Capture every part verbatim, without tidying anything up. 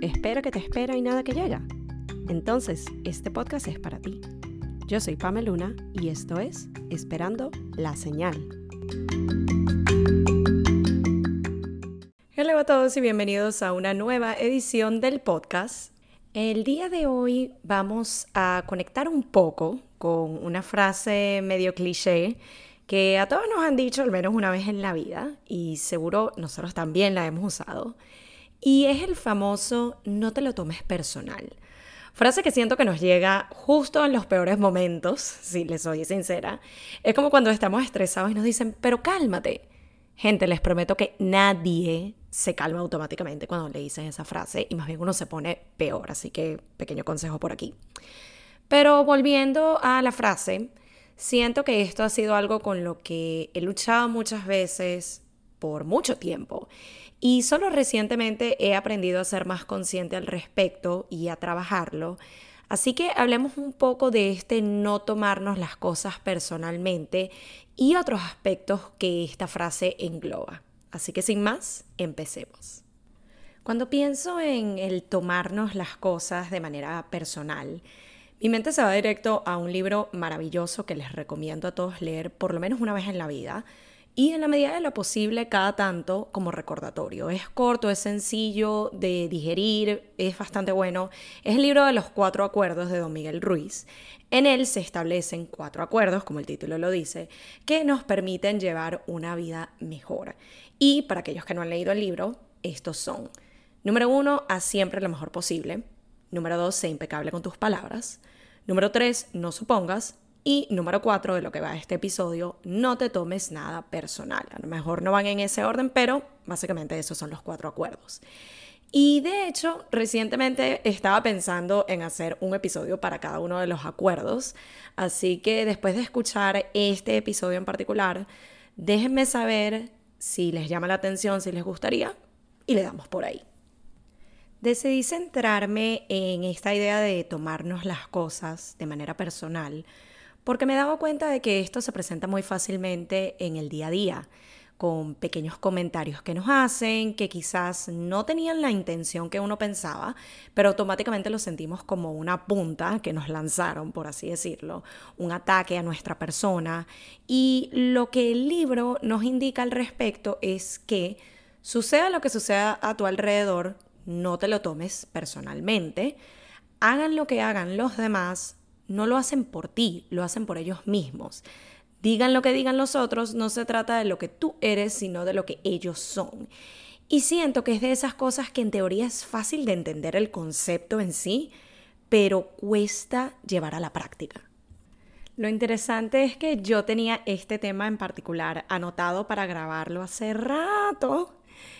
espera que te espera y nada que llega. Entonces, este podcast es para ti. Yo soy Pamela Luna y esto es Esperando la Señal. Hola a todos y bienvenidos a una nueva edición del podcast. El día de hoy vamos a conectar un poco con una frase medio cliché que a todos nos han dicho al menos una vez en la vida y seguro nosotros también la hemos usado. Y es el famoso "no te lo tomes personal". Frase que siento que nos llega justo en los peores momentos, si les soy sincera. Es como cuando estamos estresados y nos dicen, pero cálmate. Gente, les prometo que nadie se calma automáticamente cuando le dicen esa frase y más bien uno se pone peor, así que pequeño consejo por aquí. Pero volviendo a la frase, siento que esto ha sido algo con lo que he luchado muchas veces por mucho tiempo. Y solo recientemente he aprendido a ser más consciente al respecto y a trabajarlo. Así que hablemos un poco de este no tomarnos las cosas personalmente y otros aspectos que esta frase engloba. Así que sin más, empecemos. Cuando pienso en el tomarnos las cosas de manera personal, mi mente se va directo a un libro maravilloso que les recomiendo a todos leer por lo menos una vez en la vida. Y en la medida de lo posible, cada tanto como recordatorio. Es corto, es sencillo de digerir, es bastante bueno. Es el libro de los cuatro acuerdos de Don Miguel Ruiz. En él se establecen cuatro acuerdos, como el título lo dice, que nos permiten llevar una vida mejor. Y para aquellos que no han leído el libro, estos son: número uno, haz siempre lo mejor posible. Número dos, sé impecable con tus palabras. Número tres, no supongas. Y número cuatro, de lo que va este episodio, no te tomes nada personal. A lo mejor no van en ese orden, pero básicamente esos son los cuatro acuerdos. Y de hecho, recientemente estaba pensando en hacer un episodio para cada uno de los acuerdos. Así que después de escuchar este episodio en particular, déjenme saber si les llama la atención, si les gustaría, y le damos por ahí. Decidí centrarme en esta idea de tomarnos las cosas de manera personal, porque me he dado cuenta de que esto se presenta muy fácilmente en el día a día, con pequeños comentarios que nos hacen, que quizás no tenían la intención que uno pensaba, pero automáticamente lo sentimos como una punta que nos lanzaron, por así decirlo, un ataque a nuestra persona. Y lo que el libro nos indica al respecto es que suceda lo que suceda a tu alrededor, no te lo tomes personalmente, hagan lo que hagan los demás, no lo hacen por ti, lo hacen por ellos mismos. Digan lo que digan los otros, no se trata de lo que tú eres, sino de lo que ellos son. Y siento que es de esas cosas que en teoría es fácil de entender el concepto en sí, pero cuesta llevar a la práctica. Lo interesante es que yo tenía este tema en particular anotado para grabarlo hace rato.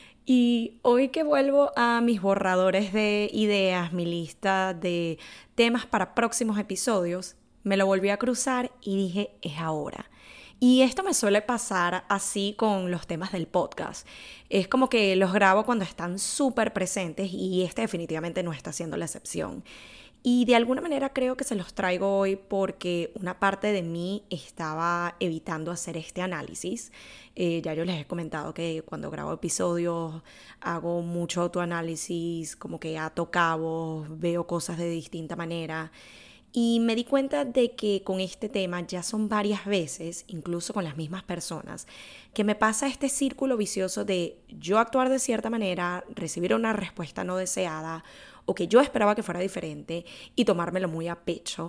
Y hoy que vuelvo a mis borradores de ideas, mi lista de temas para próximos episodios, me lo volví a cruzar y dije, es ahora. Y esto me suele pasar así con los temas del podcast. Es como que los grabo cuando están súper presentes y este definitivamente no está siendo la excepción. Y de alguna manera creo que se los traigo hoy porque una parte de mí estaba evitando hacer este análisis. Eh, ya yo les he comentado que cuando grabo episodios hago mucho autoanálisis, como que ato cabos, veo cosas de distinta manera. Y me di cuenta de que con este tema ya son varias veces, incluso con las mismas personas, que me pasa este círculo vicioso de yo actuar de cierta manera, recibir una respuesta no deseada, o que yo esperaba que fuera diferente y tomármelo muy a pecho.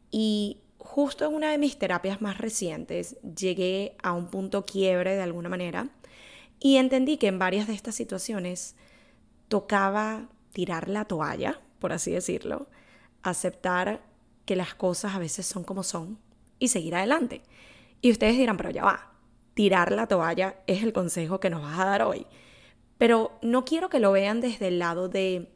Y justo en una de mis terapias más recientes llegué a un punto quiebre de alguna manera y entendí que en varias de estas situaciones tocaba tirar la toalla, por así decirlo, aceptar que las cosas a veces son como son y seguir adelante. Y ustedes dirán, pero ya va, tirar la toalla es el consejo que nos vas a dar hoy. Pero no quiero que lo vean desde el lado de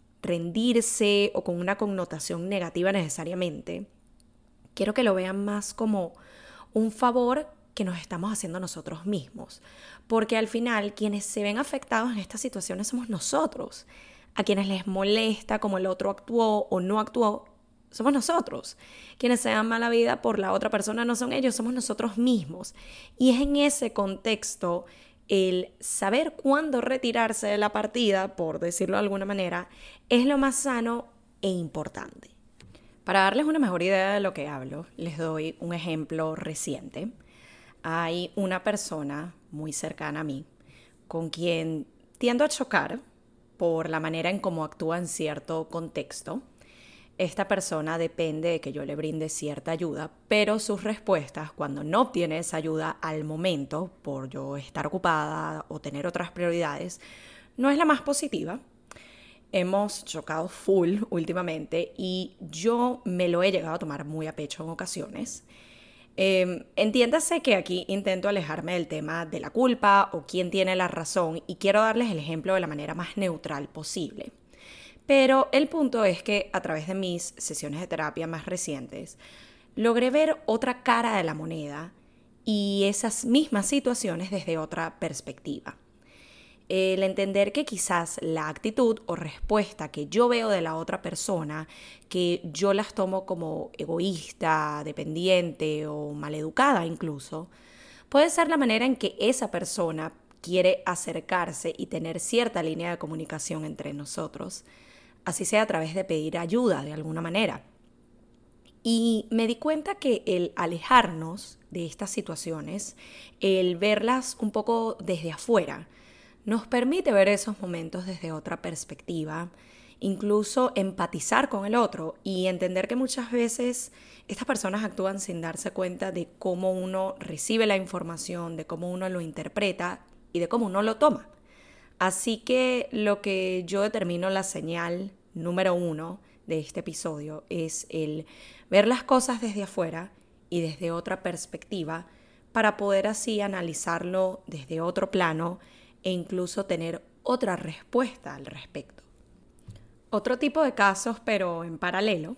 rendirse o con una connotación negativa necesariamente. Quiero que lo vean más como un favor que nos estamos haciendo nosotros mismos, porque al final quienes se ven afectados en estas situaciones somos nosotros. A quienes les molesta cómo el otro actuó o no actuó, somos nosotros. Quienes se dan mala vida por la otra persona no son ellos, somos nosotros mismos. Y es en ese contexto el saber cuándo retirarse de la partida, por decirlo de alguna manera, es lo más sano e importante. Para darles una mejor idea de lo que hablo, les doy un ejemplo reciente. Hay una persona muy cercana a mí con quien tiendo a chocar por la manera en cómo actúa en cierto contexto. Esta persona depende de que yo le brinde cierta ayuda, pero sus respuestas, cuando no obtiene esa ayuda al momento, por yo estar ocupada o tener otras prioridades, no es la más positiva. Hemos chocado full últimamente y yo me lo he llegado a tomar muy a pecho en ocasiones. Eh, entiéndase que aquí intento alejarme del tema de la culpa o quién tiene la razón y quiero darles el ejemplo de la manera más neutral posible. Pero el punto es que a través de mis sesiones de terapia más recientes, logré ver otra cara de la moneda y esas mismas situaciones desde otra perspectiva. El entender que quizás la actitud o respuesta que yo veo de la otra persona, que yo las tomo como egoísta, dependiente o maleducada incluso, puede ser la manera en que esa persona quiere acercarse y tener cierta línea de comunicación entre nosotros, así sea a través de pedir ayuda de alguna manera. Y me di cuenta que el alejarnos de estas situaciones, el verlas un poco desde afuera, nos permite ver esos momentos desde otra perspectiva, incluso empatizar con el otro y entender que muchas veces estas personas actúan sin darse cuenta de cómo uno recibe la información, de cómo uno lo interpreta y de cómo uno lo toma. Así que lo que yo determino la señal número uno de este episodio es el ver las cosas desde afuera y desde otra perspectiva para poder así analizarlo desde otro plano e incluso tener otra respuesta al respecto. Otro tipo de casos, pero en paralelo,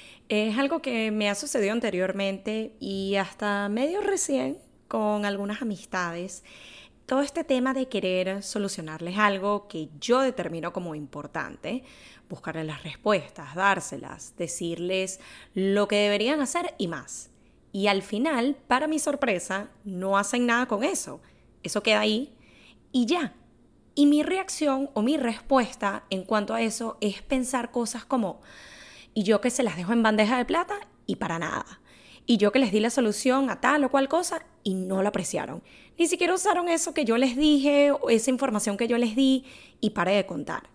es algo que me ha sucedido anteriormente y hasta medio recién con algunas amistades. Todo este tema de querer solucionarles algo que yo determino como importante, buscarles las respuestas, dárselas, decirles lo que deberían hacer y más. Y al final, para mi sorpresa, no hacen nada con eso. Eso queda ahí y ya. Y mi reacción o mi respuesta en cuanto a eso es pensar cosas como, y yo que se las dejo en bandeja de plata y para nada. Y yo que les di la solución a tal o cual cosa y no la apreciaron. Ni siquiera usaron eso que yo les dije o esa información que yo les di y paré de contar.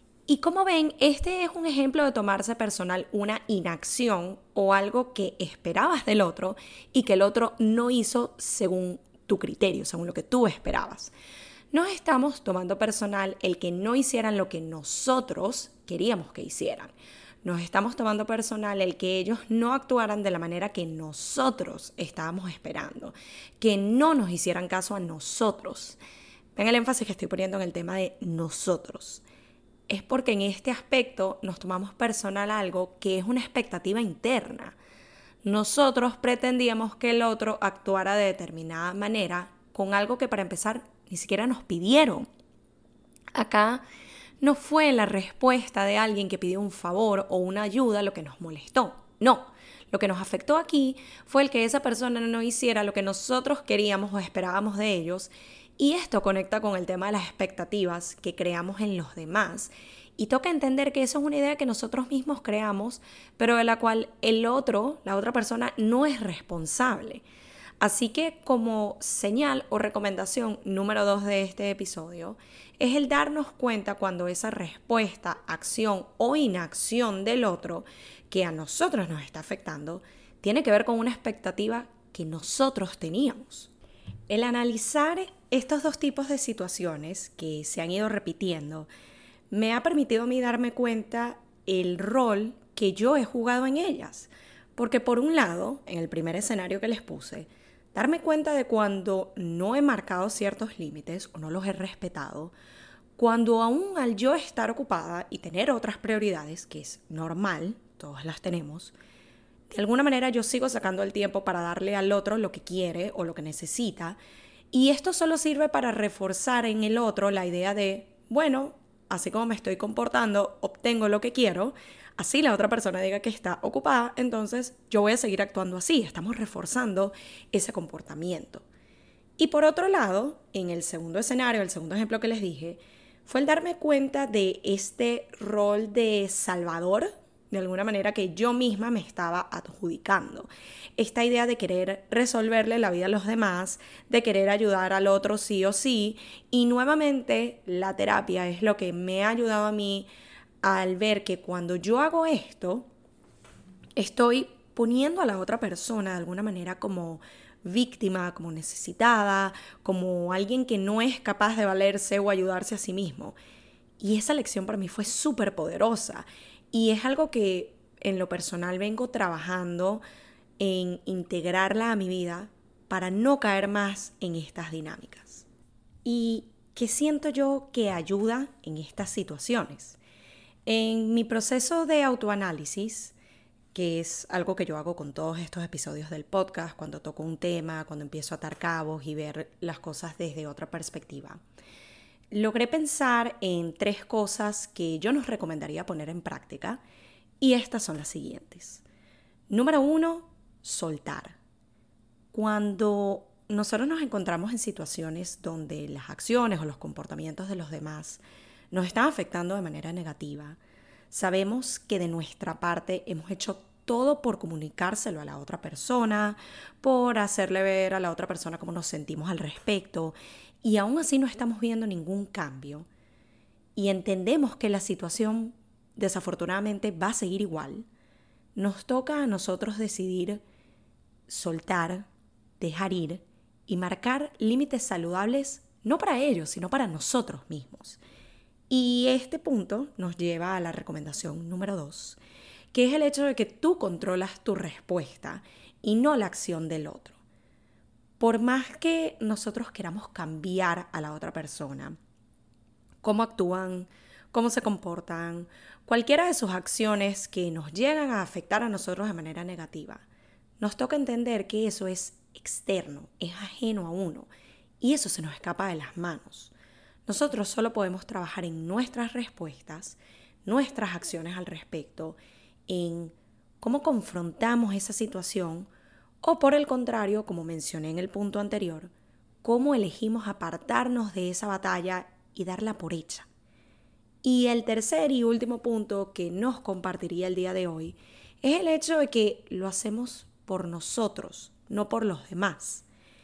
Y como ven, este es un ejemplo de tomarse personal una inacción o algo que esperabas del otro y que el otro no hizo según tu criterio, según lo que tú esperabas. Nos estamos tomando personal el que no hicieran lo que nosotros queríamos que hicieran. Nos estamos tomando personal el que ellos no actuaran de la manera que nosotros estábamos esperando, que no nos hicieran caso a nosotros. Ven el énfasis que estoy poniendo en el tema de nosotros. Es porque en este aspecto nos tomamos personal algo que es una expectativa interna. Nosotros pretendíamos que el otro actuara de determinada manera con algo que para empezar ni siquiera nos pidieron. Acá no fue la respuesta de alguien que pidió un favor o una ayuda lo que nos molestó. No, lo que nos afectó aquí fue el que esa persona no hiciera lo que nosotros queríamos o esperábamos de ellos. Y esto conecta con el tema de las expectativas que creamos en los demás. Y toca entender que eso es una idea que nosotros mismos creamos, pero de la cual el otro, la otra persona, no es responsable. Así que como señal o recomendación número dos de este episodio es el darnos cuenta cuando esa respuesta, acción o inacción del otro que a nosotros nos está afectando tiene que ver con una expectativa que nosotros teníamos. El analizar estos dos tipos de situaciones que se han ido repitiendo me ha permitido a mí darme cuenta el rol que yo he jugado en ellas. Porque por un lado, en el primer escenario que les puse, darme cuenta de cuando no he marcado ciertos límites o no los he respetado, cuando aún al yo estar ocupada y tener otras prioridades, que es normal, todas las tenemos, de alguna manera yo sigo sacando el tiempo para darle al otro lo que quiere o lo que necesita, y esto solo sirve para reforzar en el otro la idea de, bueno, así como me estoy comportando, obtengo lo que quiero, así la otra persona diga que está ocupada, entonces yo voy a seguir actuando así. Estamos reforzando ese comportamiento. Y por otro lado, en el segundo escenario, el segundo ejemplo que les dije, fue el darme cuenta de este rol de salvador, de alguna manera que yo misma me estaba adjudicando. Esta idea de querer resolverle la vida a los demás, de querer ayudar al otro sí o sí, y nuevamente la terapia es lo que me ha ayudado a mí al ver que cuando yo hago esto, estoy poniendo a la otra persona de alguna manera como víctima, como necesitada, como alguien que no es capaz de valerse o ayudarse a sí mismo. Y esa lección para mí fue súper poderosa. Y es algo que en lo personal vengo trabajando en integrarla a mi vida para no caer más en estas dinámicas. ¿Y qué siento yo que ayuda en estas situaciones? En mi proceso de autoanálisis, que es algo que yo hago con todos estos episodios del podcast, cuando toco un tema, cuando empiezo a atar cabos y ver las cosas desde otra perspectiva, logré pensar en tres cosas que yo nos recomendaría poner en práctica y estas son las siguientes. Número uno, soltar. Cuando nosotros nos encontramos en situaciones donde las acciones o los comportamientos de los demás nos están afectando de manera negativa, sabemos que de nuestra parte hemos hecho todo por comunicárselo a la otra persona, por hacerle ver a la otra persona cómo nos sentimos al respecto, y aún así no estamos viendo ningún cambio, y entendemos que la situación desafortunadamente va a seguir igual. Nos toca a nosotros decidir soltar, dejar ir y marcar límites saludables, no para ellos, sino para nosotros mismos. Y este punto nos lleva a la recomendación número dos, que es el hecho de que tú controlas tu respuesta y no la acción del otro. Por más que nosotros queramos cambiar a la otra persona, cómo actúan, cómo se comportan, cualquiera de sus acciones que nos llegan a afectar a nosotros de manera negativa, nos toca entender que eso es externo, es ajeno a uno, y eso se nos escapa de las manos. Nosotros solo podemos trabajar en nuestras respuestas, nuestras acciones al respecto, en cómo confrontamos esa situación o por el contrario, como mencioné en el punto anterior, cómo elegimos apartarnos de esa batalla y darla por hecha. Y el tercer y último punto que nos compartiría el día de hoy es el hecho de que lo hacemos por nosotros, no por los demás.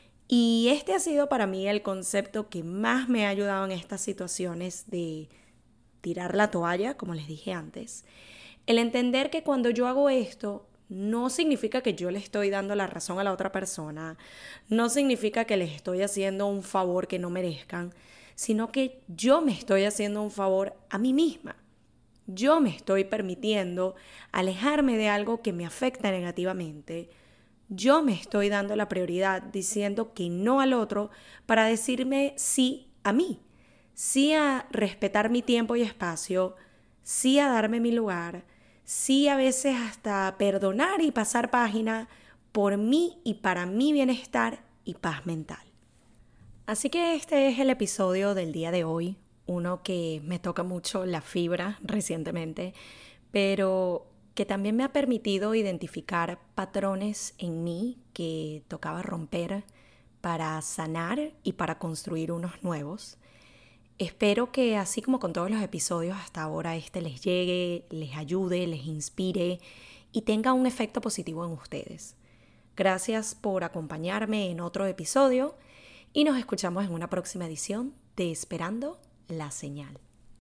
Y este ha sido para mí el concepto que más me ha ayudado en estas situaciones de tirar la toalla, como les dije antes. El entender que cuando yo hago esto, no significa que yo le estoy dando la razón a la otra persona, no significa que les estoy haciendo un favor que no merezcan, sino que yo me estoy haciendo un favor a mí misma. Yo me estoy permitiendo alejarme de algo que me afecta negativamente. Yo me estoy dando la prioridad diciendo que no al otro para decirme sí a mí, sí a respetar mi tiempo y espacio, sí a darme mi lugar, sí a veces hasta perdonar y pasar página por mí y para mi bienestar y paz mental. Así que este es el episodio del día de hoy, uno que me toca mucho la fibra recientemente, pero que también me ha permitido identificar patrones en mí que tocaba romper para sanar y para construir unos nuevos. Espero que así como con todos los episodios hasta ahora, este les llegue, les ayude, les inspire y tenga un efecto positivo en ustedes. Gracias por acompañarme en otro episodio y nos escuchamos en una próxima edición de Esperando la Señal.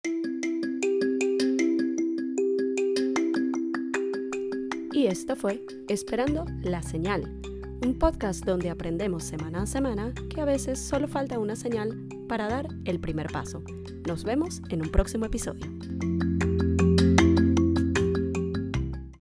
Y esto fue Esperando la Señal, un podcast donde aprendemos semana a semana que a veces solo falta una señal para dar el primer paso. Nos vemos en un próximo episodio.